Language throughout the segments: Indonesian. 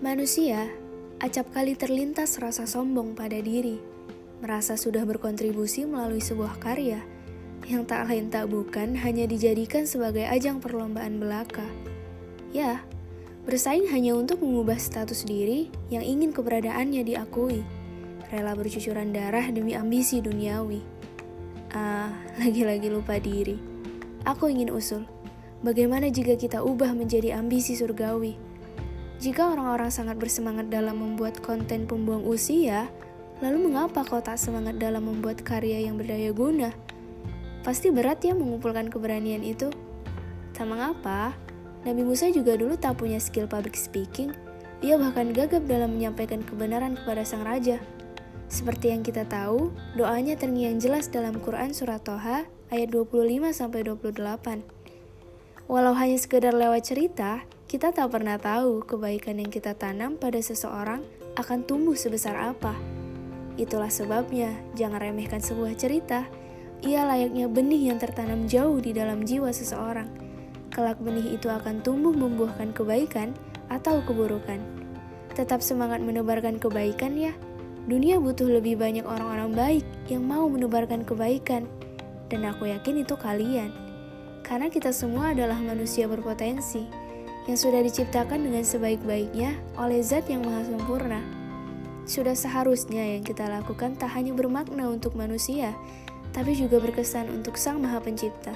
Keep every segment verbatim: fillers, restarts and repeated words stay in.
Manusia acap kali terlintas rasa sombong pada diri, merasa sudah berkontribusi melalui sebuah karya yang tak lain tak bukan hanya dijadikan sebagai ajang perlombaan belaka. Ya, bersaing hanya untuk mengubah status diri yang ingin keberadaannya diakui, rela bercucuran darah demi ambisi duniawi. Ah, lagi-lagi lupa diri. Aku ingin usul, bagaimana jika kita ubah menjadi ambisi surgawi? Jika orang-orang sangat bersemangat dalam membuat konten pembuang usia, lalu mengapa kau tak semangat dalam membuat karya yang berdaya guna? Pasti berat ya mengumpulkan keberanian itu. Tak mengapa, Nabi Musa juga dulu tak punya skill public speaking. Ia bahkan gagap dalam menyampaikan kebenaran kepada sang raja. Seperti yang kita tahu, doanya terngiang jelas dalam Quran Surat Toha ayat dua puluh lima sampai dua puluh delapan. Walau hanya sekedar lewat cerita, kita tak pernah tahu kebaikan yang kita tanam pada seseorang akan tumbuh sebesar apa. Itulah sebabnya, jangan remehkan sebuah cerita. Ia layaknya benih yang tertanam jauh di dalam jiwa seseorang. Kelak benih itu akan tumbuh membuahkan kebaikan atau keburukan. Tetap semangat menebarkan kebaikan ya. Dunia butuh lebih banyak orang-orang baik yang mau menebarkan kebaikan. Dan aku yakin itu kalian. Karena kita semua adalah manusia berpotensi yang sudah diciptakan dengan sebaik-baiknya oleh Zat yang Maha Sempurna. Sudah seharusnya yang kita lakukan tak hanya bermakna untuk manusia, tapi juga berkesan untuk Sang Maha Pencipta.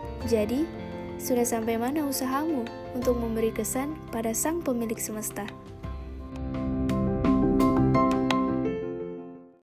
Jadi, sudah sampai mana usahamu untuk memberi kesan pada Sang Pemilik Semesta?